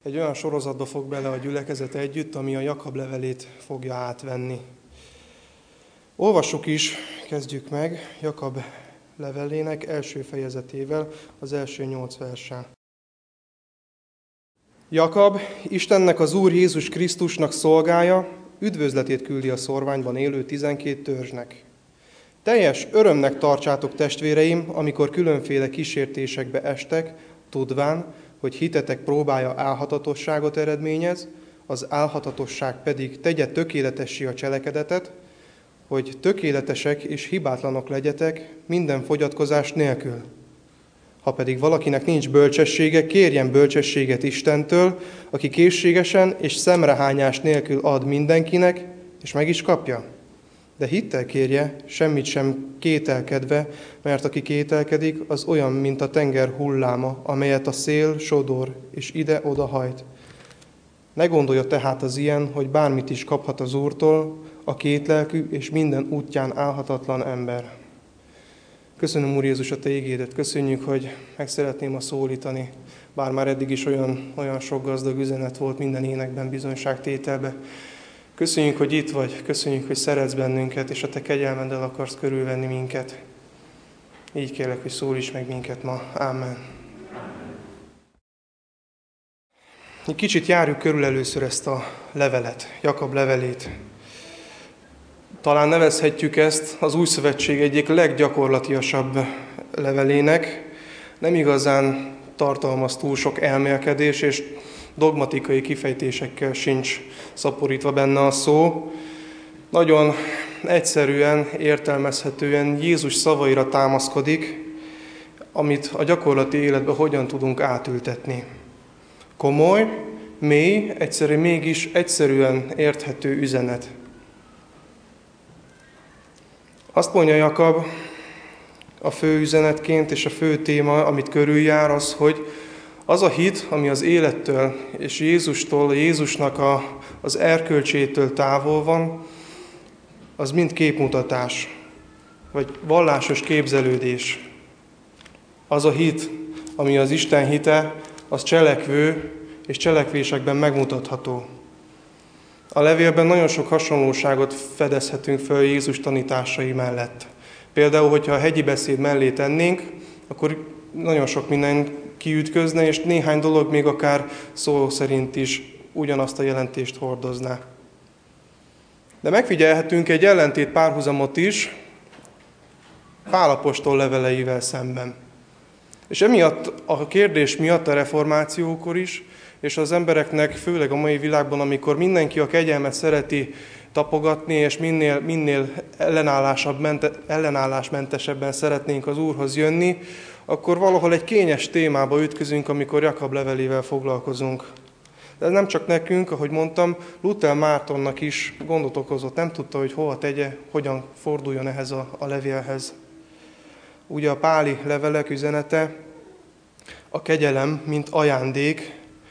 Egy olyan sorozatba fog bele a gyülekezet együtt, ami a Jakab levelét fogja átvenni. Olvassuk is, kezdjük meg Jakab levelének első fejezetével, az első 8 verssel. Jakab, Istennek az Úr Jézus Krisztusnak szolgája, üdvözletét küldi a szorványban élő 12 törzsnek. Teljes örömnek tartsátok, testvéreim, amikor különféle kísértésekbe estek, tudván, hogy hitetek próbája álhatatosságot eredményez, az álhatatosság pedig tegye tökéletessé a cselekedetet, hogy tökéletesek és hibátlanok legyetek minden fogyatkozás nélkül. Ha pedig valakinek nincs bölcsessége, kérjen bölcsességet Istentől, aki készségesen és szemrehányás nélkül ad mindenkinek, és meg is kapja. De hittel kérje, semmit sem kételkedve, mert aki kételkedik, az olyan, mint a tenger hulláma, amelyet a szél sodor és ide-oda hajt. Ne gondolja tehát az ilyen, hogy bármit is kaphat az Úrtól, a kétlelkű és minden útján állhatatlan ember. Köszönöm, Úr Jézus, a Te igédet. Köszönjük, hogy meg szeretném a szólítani, bár már eddig is olyan sok gazdag üzenet volt minden énekben, bizonyságtételben. Köszönjük, hogy itt vagy, köszönjük, hogy szeretsz bennünket, és a Te kegyelmeddel akarsz körülvenni minket. Így kérlek, hogy szólíts meg minket ma. Ámen. Egy kicsit járjuk körül először ezt a levelet, Jakab levelét. Talán nevezhetjük ezt az Új Szövetség egyik leggyakorlatiasabb levelének. Nem igazán tartalmaz túl sok elmélkedés, és dogmatikai kifejtésekkel sincs szaporítva benne a szó. Nagyon egyszerűen, értelmezhetően Jézus szavaira támaszkodik, amit a gyakorlati életbe hogyan tudunk átültetni. Komoly, mély, mégis egyszerűen érthető üzenet. Azt mondja Jakab a fő üzenetként, és a fő téma, amit körüljár, az, hogy az a hit, ami az élettől és Jézustól, Jézusnak az erkölcsétől távol van, az mind képmutatás, vagy vallásos képzelődés. Az a hit, ami az Isten hite, az cselekvő és cselekvésekben megmutatható. A levélben nagyon sok hasonlóságot fedezhetünk föl Jézus tanításai mellett. Például, hogyha a hegyi beszéd mellé tennénk, akkor nagyon sok minden kiütközne, és néhány dolog még akár szó szerint is ugyanazt a jelentést hordozná. De megfigyelhetünk egy ellentét párhuzamot is Pál apostol leveleivel szemben. És emiatt a kérdés miatt a reformációkor is, és az embereknek, főleg a mai világban, amikor mindenki a kegyelmet szereti tapogatni, és minél ellenállásmentesebben szeretnénk az Úrhoz jönni, akkor valahol egy kényes témába ütközünk, amikor Jakab levelével foglalkozunk. De ez nem csak nekünk, ahogy mondtam, Luther Mártonnak is gondot okozott, nem tudta, hogy hova tegye, hogyan forduljon ehhez a levélhez. Ugye a páli levelek üzenete, a kegyelem, mint ajándék,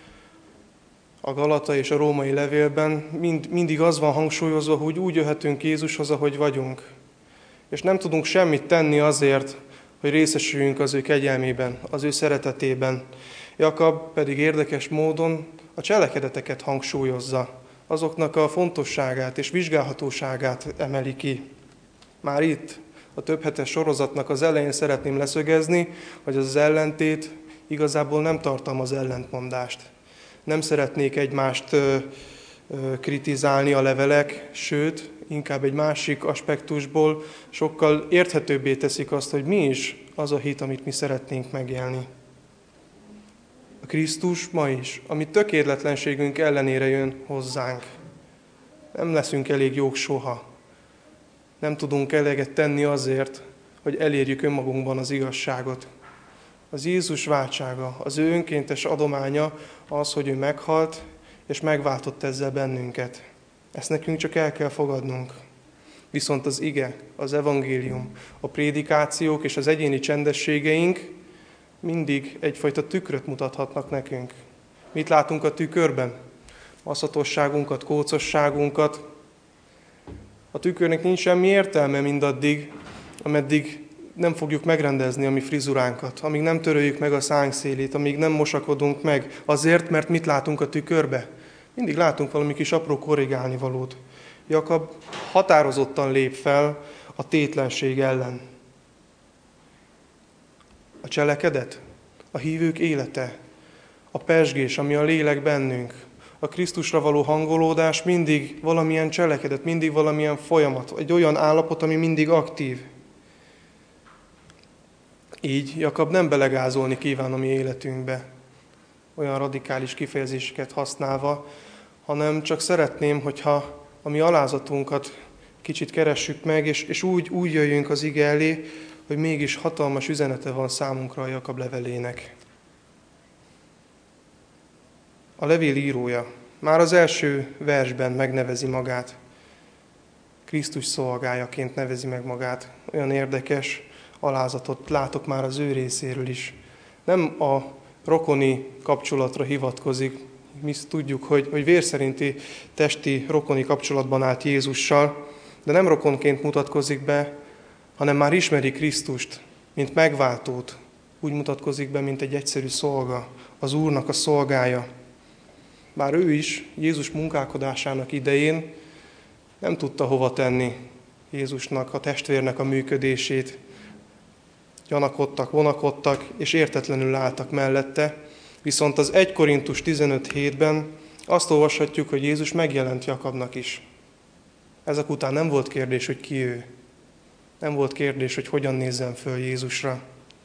a Galata és a római levélben mindig az van hangsúlyozva, hogy úgy jöhetünk Jézushoz, ahogy vagyunk. És nem tudunk semmit tenni azért, hogy részesüljünk az ő kegyelmében, az ő szeretetében. Jakab pedig érdekes módon a cselekedeteket hangsúlyozza, azoknak a fontosságát és vizsgálhatóságát emeli ki. Már itt, a többhetes sorozatnak az elején szeretném leszögezni, hogy az ellentét igazából nem tartalmaz ellentmondást. Nem szeretnék egymást kritizálni a levelek, sőt, inkább egy másik aspektusból sokkal érthetőbbé teszik azt, hogy mi is az a hit, amit mi szeretnénk megélni. A Krisztus ma is, ami tökéletlenségünk ellenére jön hozzánk. Nem leszünk elég jók soha. Nem tudunk eleget tenni azért, hogy elérjük önmagunkban az igazságot. Az Jézus váltsága, az ő önkéntes adománya az, hogy ő meghalt, és megváltott ezzel bennünket. Ezt nekünk csak el kell fogadnunk. Viszont az ige, az evangélium, a prédikációk és az egyéni csendességeink mindig egyfajta tükröt mutathatnak nekünk. Mit látunk a tükörben? Maszatosságunkat, kócosságunkat. A tükörnek nincs semmi értelme mindaddig, ameddig nem fogjuk megrendezni a mi frizuránkat, amíg nem töröljük meg a szánk szélét, amíg nem mosakodunk meg, azért, mert mit látunk a tükörbe? Mindig látunk valami kis apró korrigálni valót. Jakab határozottan lép fel a tétlenség ellen. A cselekedet, a hívők élete, a pezsgés, ami a lélek bennünk, a Krisztusra való hangolódás mindig valamilyen cselekedet, mindig valamilyen folyamat, egy olyan állapot, ami mindig aktív. Így Jakab nem belegázolni kíván a mi életünkbe, olyan radikális kifejezéseket használva, hanem csak szeretném, hogyha a mi alázatunkat kicsit keressük meg, és úgy jöjjünk az ige elé, hogy mégis hatalmas üzenete van számunkra a Jakab levelének. A levél írója már az első versben megnevezi magát. Krisztus szolgájaként nevezi meg magát. Olyan érdekes alázatot látok már az ő részéről is. Nem a rokoni kapcsolatra hivatkozik. Mi tudjuk, hogy vérszerinti testi rokoni kapcsolatban állt Jézussal, de nem rokonként mutatkozik be, hanem már ismeri Krisztust, mint megváltót. Úgy mutatkozik be, mint egy egyszerű szolga, az Úrnak a szolgája. Bár ő is Jézus munkálkodásának idején nem tudta hova tenni Jézusnak, a testvérnek a működését. Gyanakodtak, vonakodtak, és értetlenül álltak mellette. Viszont az 1 Korintus 15:7-ben azt olvashatjuk, hogy Jézus megjelent Jakabnak is. Ezek után nem volt kérdés, hogy ki ő. Nem volt kérdés, hogy hogyan nézzen föl Jézusra.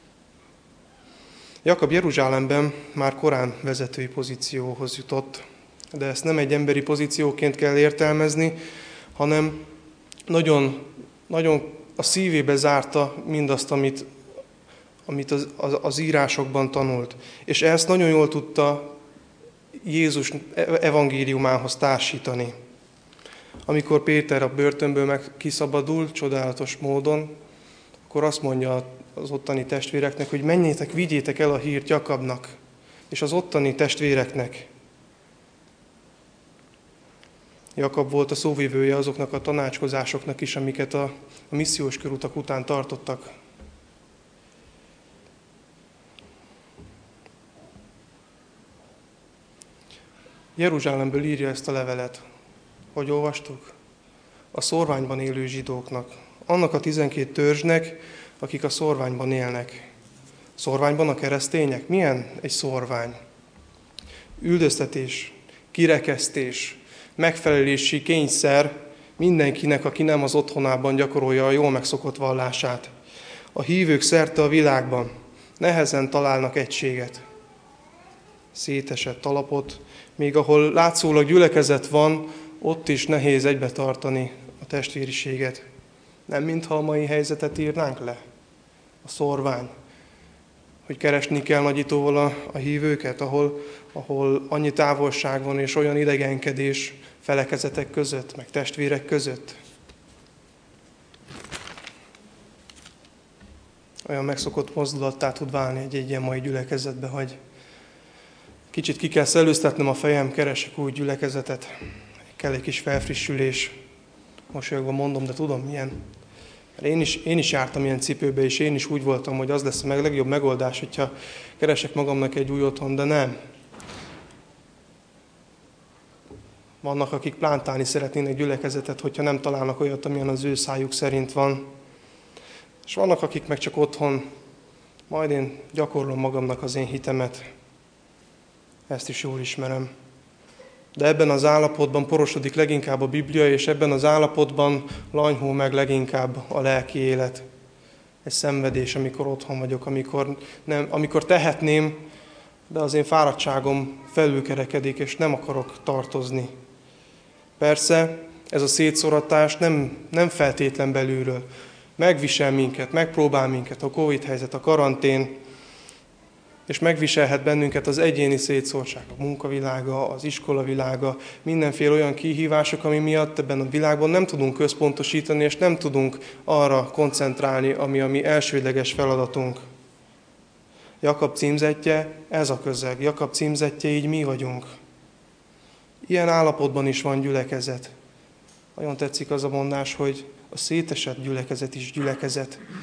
Jakab Jeruzsálemben már korán vezetői pozícióhoz jutott, de ezt nem egy emberi pozícióként kell értelmezni, hanem nagyon, nagyon a szívébe zárta mindazt, amit az írásokban tanult. És ezt nagyon jól tudta Jézus evangéliumához társítani. Amikor Péter a börtönből meg kiszabadul csodálatos módon, akkor azt mondja az ottani testvéreknek, hogy menjétek, vigyétek el a hírt Jakabnak, és az ottani testvéreknek. Jakab volt a szóvivője azoknak a tanácskozásoknak is, amiket a missziós körutak után tartottak. Jeruzsálemből írja ezt a levelet. Hogy olvastuk? A szórványban élő zsidóknak. Annak a 12 törzsnek, akik a szórványban élnek. Szórványban a keresztények? Milyen egy szórvány? Üldöztetés, kirekesztés, megfelelési kényszer mindenkinek, aki nem az otthonában gyakorolja a jól megszokott vallását. A hívők szerte a világban nehezen találnak egységet. Szétesett alapot, még ahol látszólag gyülekezet van, ott is nehéz egybe tartani a testvériséget. Nem mintha a mai helyzetet írnánk le. A szórvány, hogy keresni kell nagyítóval a hívőket, ahol annyi távolság van és olyan idegenkedés felekezetek között, meg testvérek között. Olyan megszokott mozdulattá tud válni egy ilyen mai gyülekezetbe, hogy kicsit ki kell szellőztetnem a fejem, keresek új gyülekezetet, kell egy kis felfrissülés. Mosolyogva mondom, de tudom milyen. Én is jártam ilyen cipőbe, és én is úgy voltam, hogy az lesz a legjobb megoldás, hogyha keresek magamnak egy új otthon, de nem. Vannak, akik plántálni szeretnének gyülekezetet, hogyha nem találnak olyat, amilyen az ő szájuk szerint van. És vannak, akik meg csak otthon, majd én gyakorlom magamnak az én hitemet. Ezt is jól ismerem. De ebben az állapotban porosodik leginkább a Biblia, és ebben az állapotban lanyhul meg leginkább a lelki élet. Egy szenvedés, amikor otthon vagyok, amikor tehetném, de az én fáradtságom felülkerekedik, és nem akarok tartozni. Persze, ez a szétszoratás nem feltétlen belülről. Megvisel minket, megpróbál minket a Covid helyzet, a karantén, és megviselhet bennünket az egyéni szétszórtság, a munkavilága, az iskolavilága, mindenféle olyan kihívások, ami miatt ebben a világban nem tudunk központosítani, és nem tudunk arra koncentrálni, ami a mi elsődleges feladatunk. Jakab címzetje, ez a közeg. Jakab címzetje, így mi vagyunk. Ilyen állapotban is van gyülekezet. Nagyon tetszik az a mondás, hogy a szétesett gyülekezet is gyülekezet.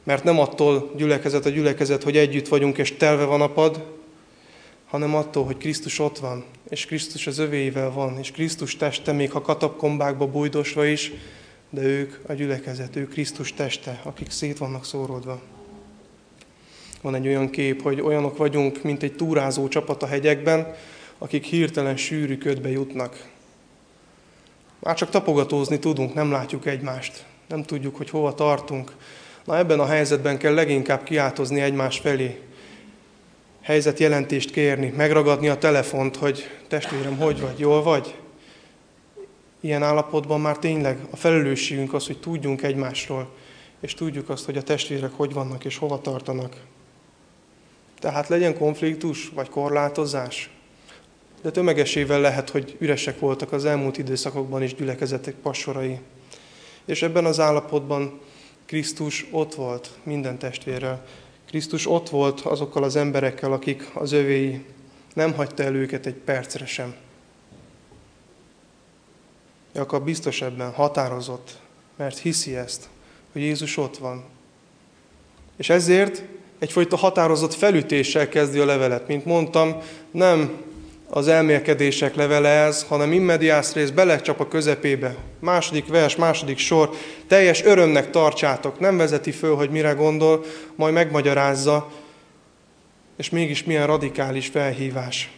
Mert nem attól gyülekezet a gyülekezet, hogy együtt vagyunk és telve van a pad, hanem attól, hogy Krisztus ott van, és Krisztus az övéivel van, és Krisztus teste, még ha katakombákba bújdosva is, de ők a gyülekezet, ők Krisztus teste, akik szét vannak szóródva. Van egy olyan kép, hogy olyanok vagyunk, mint egy túrázó csapat a hegyekben, akik hirtelen sűrű ködbe jutnak. Már csak tapogatózni tudunk, nem látjuk egymást, nem tudjuk, hogy hova tartunk. Na ebben a helyzetben kell leginkább kiáltozni egymás felé, helyzetjelentést kérni, megragadni a telefont, hogy testvérem, hogy vagy, jól vagy? Ilyen állapotban már tényleg a felelősségünk az, hogy tudjunk egymásról, és tudjuk azt, hogy a testvérek hogy vannak és hova tartanak. Tehát legyen konfliktus vagy korlátozás, de tömegesével lehet, hogy üresek voltak az elmúlt időszakokban is gyülekezetek passorai. És ebben az állapotban Krisztus ott volt minden testvérrel. Krisztus ott volt azokkal az emberekkel, akik az övéi. Nem hagyta el őket egy percre sem. Jakab biztos ebben, határozott, mert hiszi ezt, hogy Jézus ott van. És ezért egyfajta határozott felütéssel kezdi a levelet. Mint mondtam, nem az elmélkedések levele ez, hanem immediás rész belecsap a közepébe. Második vers, második sor, teljes örömnek tartsátok. Nem vezeti föl, hogy mire gondol, majd megmagyarázza, és mégis milyen radikális felhívás.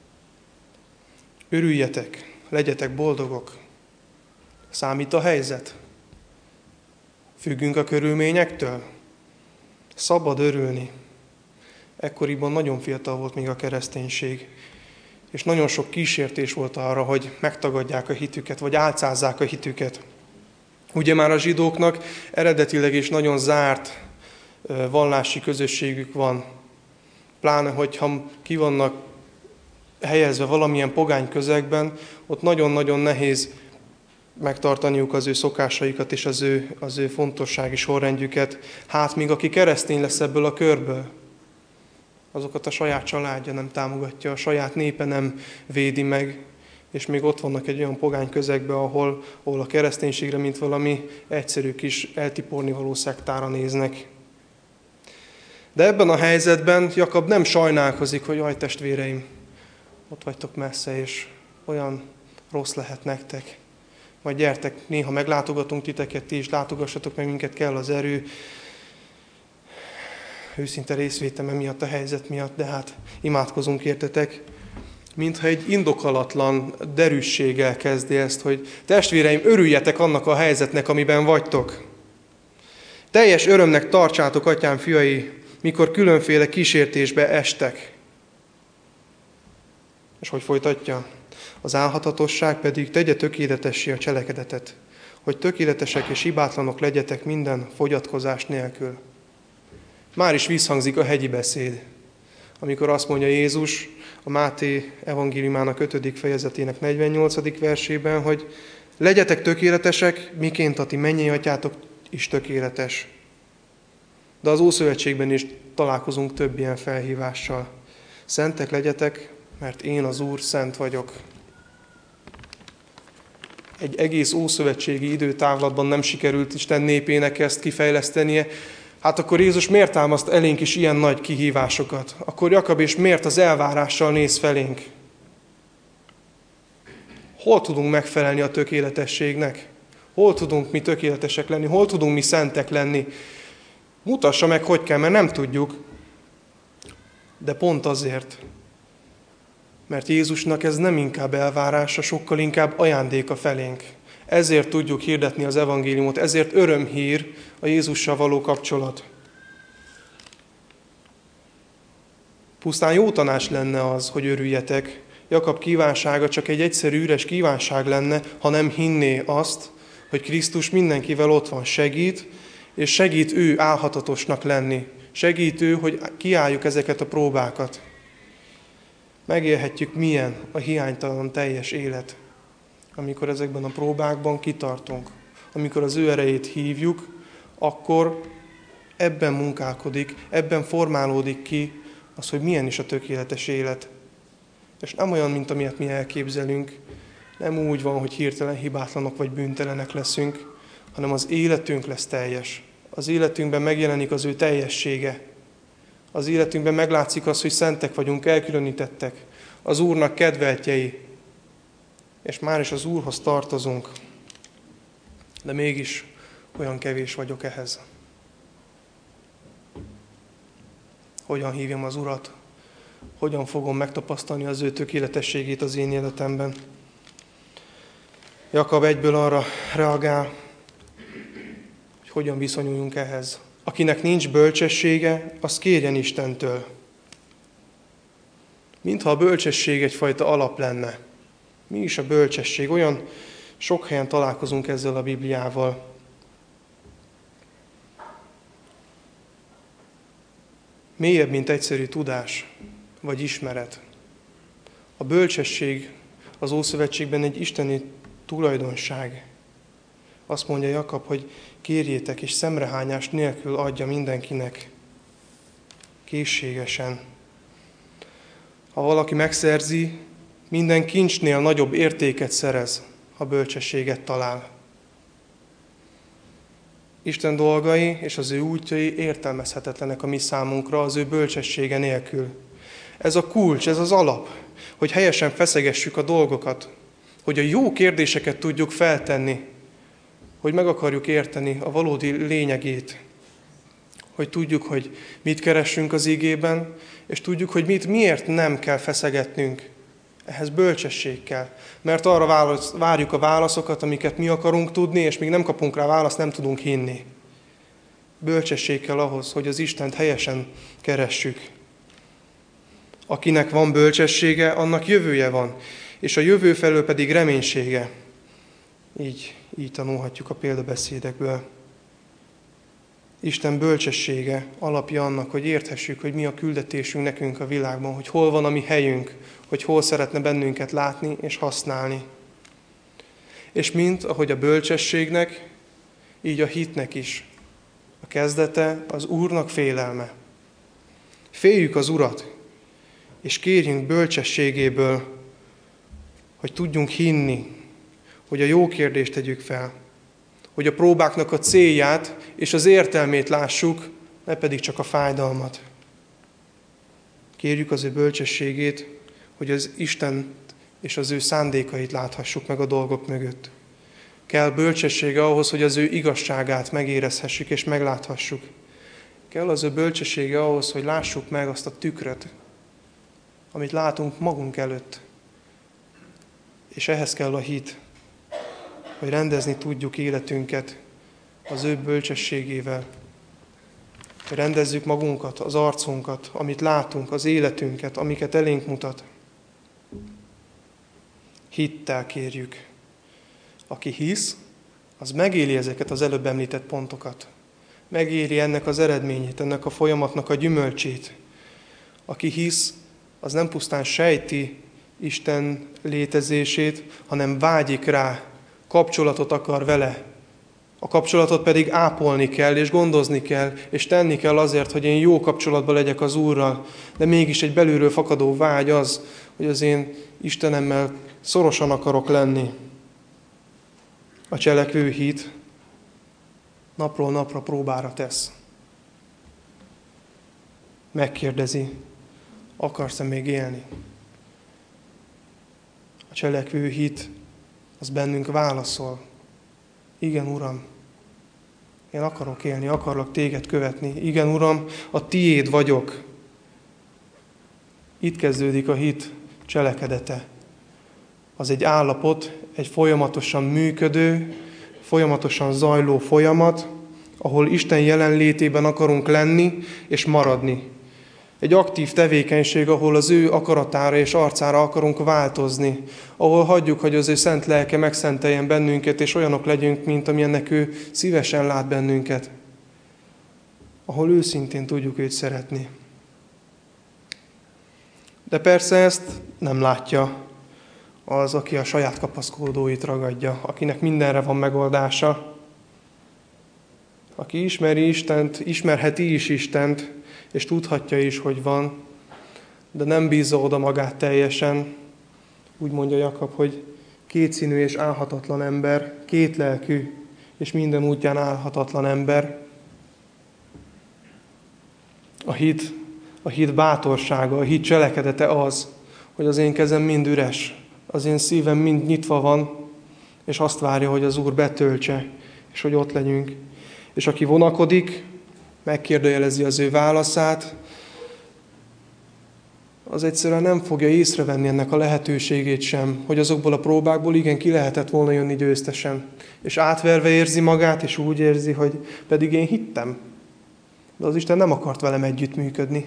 Örüljetek, legyetek boldogok. Számít a helyzet? Függünk a körülményektől? Szabad örülni. Ekkoriban nagyon fiatal volt még a kereszténység, és nagyon sok kísértés volt arra, hogy megtagadják a hitüket, vagy álcázzák a hitüket. Ugye már a zsidóknak eredetileg is nagyon zárt vallási közösségük van. Pláne, hogyha ki vannak helyezve valamilyen pogány közegben, ott nagyon-nagyon nehéz megtartaniuk az ő szokásaikat és az ő fontossági sorrendjüket. Hát míg aki keresztény lesz ebből a körből, azokat a saját családja nem támogatja, a saját népe nem védi meg, és még ott vannak egy olyan pogány közegben, ahol a kereszténységre, mint valami egyszerű kis eltipornivaló szektára néznek. De ebben a helyzetben Jakab nem sajnálkozik, hogy jaj, testvéreim, ott vagytok messze, és olyan rossz lehet nektek. Majd gyertek, néha meglátogatunk titeket, ti is látogassatok meg, minket kell az erő. Őszinte részvétem emiatt a helyzet miatt, de hát imádkozunk értetek. Mintha egy indokolatlan derűsséggel kezdi ezt, hogy testvéreim, örüljetek annak a helyzetnek, amiben vagytok. Teljes örömnek tartsátok, atyám fiai, mikor különféle kísértésbe estek. És hogy folytatja? Az álhatatosság pedig tegye tökéletessé a cselekedetet, hogy tökéletesek és hibátlanok legyetek minden fogyatkozás nélkül. Már is visszhangzik a hegyi beszéd, amikor azt mondja Jézus a Máté evangéliumának 5. fejezetének 48. versében, hogy legyetek tökéletesek, miként a ti mennyei atyátok is tökéletes. De az Ószövetségben is találkozunk több ilyen felhívással. Szentek legyetek, mert én az Úr szent vagyok. Egy egész ószövetségi időtávlatban nem sikerült Isten népének ezt kifejlesztenie, hát akkor Jézus miért támaszt elénk is ilyen nagy kihívásokat? Akkor Jakab és miért az elvárással néz felénk? Hol tudunk megfelelni a tökéletességnek? Hol tudunk mi tökéletesek lenni? Hol tudunk mi szentek lenni? Mutassa meg, hogy kell, mert nem tudjuk. De pont azért, mert Jézusnak ez nem inkább elvárása, sokkal inkább ajándéka felénk. Ezért tudjuk hirdetni az evangéliumot, ezért örömhír a Jézussal való kapcsolat. Pusztán jó tanács lenne az, hogy örüljetek. Jakab kívánsága csak egy egyszerű üres kívánság lenne, ha nem hinné azt, hogy Krisztus mindenkivel ott van, segít, és segít ő álhatatosnak lenni. Segít ő, hogy kiálljuk ezeket a próbákat. Megélhetjük, milyen a hiánytalan teljes élet, amikor ezekben a próbákban kitartunk. Amikor az ő erejét hívjuk, akkor ebben munkálkodik, ebben formálódik ki az, hogy milyen is a tökéletes élet. És nem olyan, mint amilyet mi elképzelünk, nem úgy van, hogy hirtelen hibátlanok vagy bűntelenek leszünk, hanem az életünk lesz teljes. az életünkben megjelenik az ő teljessége. Az életünkben meglátszik az, hogy szentek vagyunk, elkülönítettek, az Úrnak kedveltjei, és már is az Úrhoz tartozunk. De mégis olyan kevés vagyok ehhez. Hogyan hívjam az Urat? Hogyan fogom megtapasztalni az ő tökéletességét az én életemben? Jakab egyből arra reagál, hogy hogyan viszonyuljunk ehhez. Akinek nincs bölcsessége, az kérjen Istentől. Mintha a bölcsesség egyfajta alap lenne. Mi is a bölcsesség? Olyan sok helyen találkozunk ezzel a Bibliával. Mélyebb, mint egyszerű tudás vagy ismeret. A bölcsesség az Ószövetségben egy isteni tulajdonság. Azt mondja Jakab, hogy kérjétek, és szemrehányás nélkül adja mindenkinek. Készségesen. Ha valaki megszerzi, minden kincsnél nagyobb értéket szerez, ha bölcsességet talál. Isten dolgai és az ő útjai értelmezhetetlenek a mi számunkra az ő bölcsessége nélkül. Ez a kulcs, ez az alap, hogy helyesen feszegessük a dolgokat, hogy a jó kérdéseket tudjuk feltenni, hogy meg akarjuk érteni a valódi lényegét, hogy tudjuk, hogy mit keressünk az igében, és tudjuk, hogy miért nem kell feszegetnünk. Ehhez bölcsesség kell, mert arra várjuk a válaszokat, amiket mi akarunk tudni, és míg nem kapunk rá választ, nem tudunk hinni. Bölcsesség kell ahhoz, hogy az Istent helyesen keressük. Akinek van bölcsessége, annak jövője van, és a jövő felől pedig reménysége. Így tanulhatjuk a példabeszédekből. Isten bölcsessége alapja annak, hogy érthessük, hogy mi a küldetésünk nekünk a világban, hogy hol van a mi helyünk, hogy hol szeretne bennünket látni és használni. És mint ahogy a bölcsességnek, így a hitnek is. A kezdete az Úrnak félelme. Féljük az Urat, és kérjünk bölcsességéből, hogy tudjunk hinni, hogy a jó kérdést tegyük fel, hogy a próbáknak a célját és az értelmét lássuk, ne pedig csak a fájdalmat. Kérjük az ő bölcsességét, hogy az Isten és az ő szándékait láthassuk meg a dolgok mögött. Kell bölcsessége ahhoz, hogy az ő igazságát megérezhessük és megláthassuk. Kell az ő bölcsessége ahhoz, hogy lássuk meg azt a tükröt, amit látunk magunk előtt. És ehhez kell a hit, hogy rendezni tudjuk életünket az ő bölcsességével. Hogy rendezzük magunkat, az arcunkat, amit látunk, az életünket, amiket elénk mutat. Hittel kérjük. Aki hisz, az megéli ezeket az előbb említett pontokat. Megéli ennek az eredményét, ennek a folyamatnak a gyümölcsét. Aki hisz, az nem pusztán sejti Isten létezését, hanem vágyik rá, kapcsolatot akar vele. A kapcsolatot pedig ápolni kell, és gondozni kell, és tenni kell azért, hogy én jó kapcsolatban legyek az Úrral. De mégis egy belülről fakadó vágy az, hogy az én Istenemmel szorosan akarok lenni. A cselekvő hit napról napra próbára tesz. Megkérdezi, akarsz-e még élni? A cselekvő hit az bennünk válaszol. Igen, Uram, én akarok élni, akarlak téged követni. Igen, Uram, a tiéd vagyok. Itt kezdődik a hit cselekedete. Az egy állapot, egy folyamatosan működő, folyamatosan zajló folyamat, ahol Isten jelenlétében akarunk lenni és maradni. Egy aktív tevékenység, ahol az ő akaratára és arcára akarunk változni, ahol hagyjuk, hogy az ő szent lelke megszenteljen bennünket, és olyanok legyünk, mint amilyennek ő szívesen lát bennünket. Ahol őszintén tudjuk őt szeretni. De persze ezt nem látja az, aki a saját kapaszkodóit ragadja, akinek mindenre van megoldása. Aki ismeri Istent, ismerheti is Istent, és tudhatja is, hogy van, de nem bízza oda magát teljesen. Úgy mondja Jakab, hogy kétszínű és álhatatlan ember, kétlelkű, és minden útján álhatatlan ember. A hit bátorsága, a hit cselekedete az, hogy az én kezem mind üres, az én szívem mind nyitva van, és azt várja, hogy az Úr betöltse, és hogy ott legyünk. És aki vonakodik, megkérdőjelezi az ő válaszát, az egyszerűen nem fogja észrevenni ennek a lehetőségét sem, hogy azokból a próbákból igen ki lehetett volna jönni győztesen. És átverve érzi magát, és úgy érzi, hogy pedig én hittem. De az Isten nem akart velem együttműködni.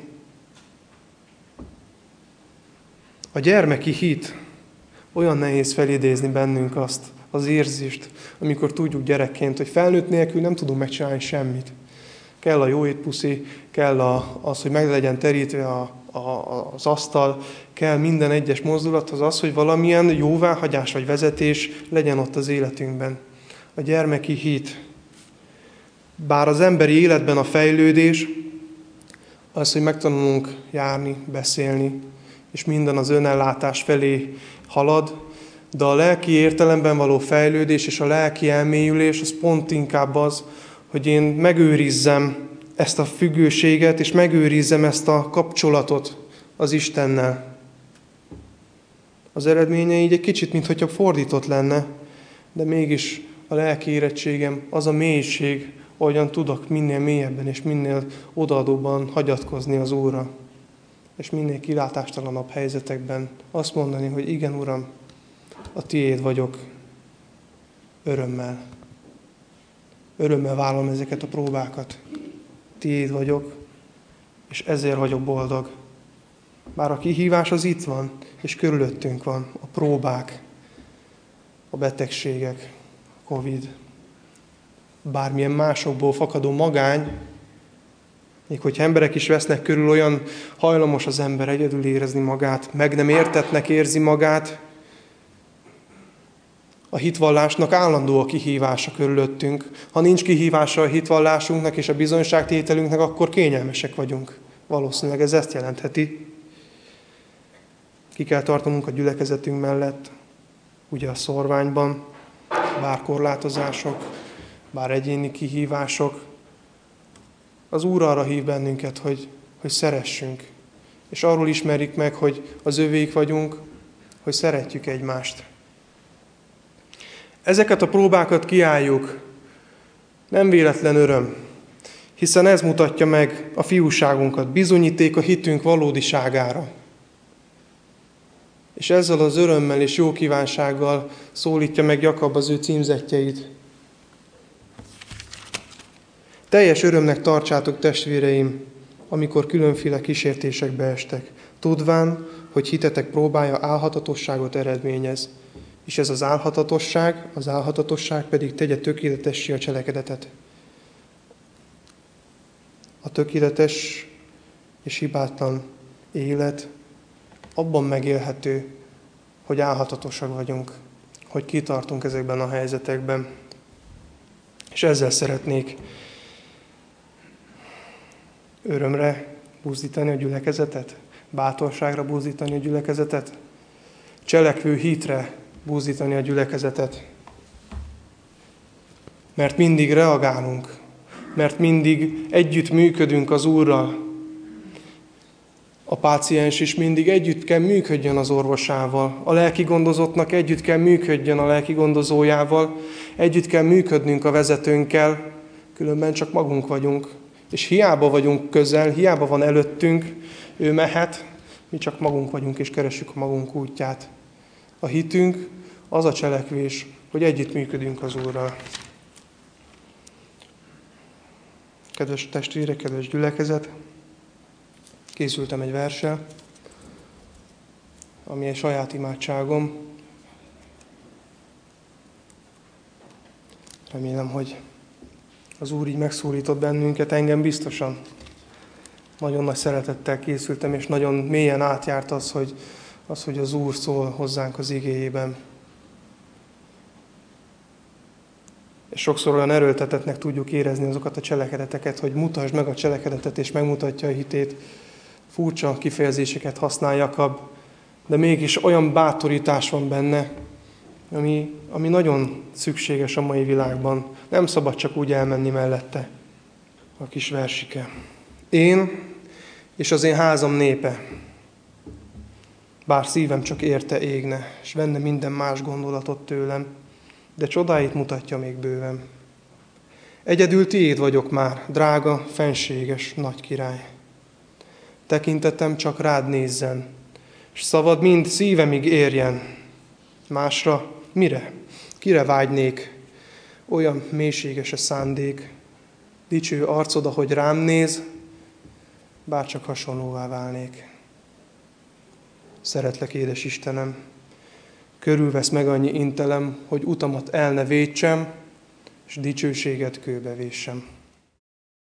A gyermeki hit, olyan nehéz felidézni bennünk azt, az érzést, amikor tudjuk gyerekként, hogy felnőtt nélkül nem tudunk megcsinálni semmit. Kell a jó étpuszi, kell az, hogy meg legyen terítve az asztal, kell minden egyes mozdulathoz az, hogy valamilyen jóváhagyás vagy vezetés legyen ott az életünkben. A gyermeki hit. Bár az emberi életben a fejlődés, az, hogy megtanulunk járni, beszélni, és minden az önellátás felé halad, de a lelki értelemben való fejlődés és a lelki elmélyülés az pont inkább az, hogy én megőrizzem ezt a függőséget, és megőrizzem ezt a kapcsolatot az Istennel. Az eredménye így egy kicsit, mintha fordított lenne, de mégis a lelki érettségem az a mélység, ahogyan tudok minél mélyebben és minél odaadóban hagyatkozni az Úrra. És minél kilátástalanabb helyzetekben azt mondani, hogy igen, Uram, a Tiéd vagyok, örömmel. Örömmel vállalom ezeket a próbákat. Tiéd vagyok, és ezért vagyok boldog. Bár a kihívás az itt van, és körülöttünk van. A próbák, a betegségek, a Covid, bármilyen másokból fakadó magány, még hogyha emberek is vesznek körül, olyan hajlamos az ember egyedül érezni magát, meg nem értettnek érzi magát. A hitvallásnak állandó a kihívása körülöttünk. Ha nincs kihívása a hitvallásunknak és a bizonyságtételünknek, akkor kényelmesek vagyunk. Valószínűleg ez ezt jelentheti. Ki kell tartanunk a gyülekezetünk mellett, ugye a szorványban, bár korlátozások, bár egyéni kihívások. Az Úr arra hív bennünket, hogy szeressünk. És arról ismerjük meg, hogy az övék vagyunk, hogy szeretjük egymást. Ezeket a próbákat kiálljuk. Nem véletlen öröm, hiszen ez mutatja meg a fiúságunkat, bizonyíték a hitünk valódiságára. És ezzel az örömmel és jó kívánsággal szólítja meg Jakab az ő címzettjeit. Teljes örömnek tartsátok, testvéreim, amikor különféle kísértésekbe estek, tudván, hogy hitetek próbája álhatatosságot eredményez, és ez az álhatatosság pedig tegye tökéletessé a cselekedetet. A tökéletes és hibátlan élet abban megélhető, hogy álhatatosak vagyunk, hogy kitartunk ezekben a helyzetekben. És ezzel szeretnék örömre buzdítani a gyülekezetet, bátorságra buzdítani a gyülekezetet, cselekvő hitre buzdítani a gyülekezetet. Mert mindig reagálunk, mert mindig együtt működünk az Úrral. A páciens is mindig együtt kell működjön az orvosával, a lelki gondozottnak együtt kell működjön a lelki gondozójával, együtt kell működnünk a vezetőnkkel, különben csak magunk vagyunk. És hiába vagyunk közel, hiába van előttünk, ő mehet, mi csak magunk vagyunk és keressük a magunk útját. A hitünk az a cselekvés, hogy együttműködünk az Úrral. Kedves testvérek, kedves gyülekezet, készültem egy verssel, ami egy saját imádságom. Remélem, hogy az Úr így megszólított bennünket, engem biztosan. Nagyon nagy szeretettel készültem, és nagyon mélyen átjárt az, hogy az Úr szól hozzánk az igéjében. És sokszor olyan erőltetetnek tudjuk érezni azokat a cselekedeteket, hogy mutasd meg a cselekedetet, és megmutatja a hitét. Furcsa kifejezéseket használ Jakab, de mégis olyan bátorítás van benne, ami nagyon szükséges a mai világban. Nem szabad csak úgy elmenni mellette. A kis versike. Én és az én házam népe. Bár szívem csak érte égne, és venne minden más gondolatot tőlem, de csodáit mutatja még bőven. Egyedül tiéd vagyok már, drága, fenséges, nagy király. Tekintetem csak rád nézzen, és szavad mind szívemig érjen. Másra mire? Kire vágynék? Olyan mélységes a szándék, dicső arcod, ahogy rám néz, bárcsak hasonlóvá válnék. Szeretlek, édes Istenem, körülvesz meg annyi intelem, hogy utamat el ne vétsem, és dicsőséget kőbe véssem.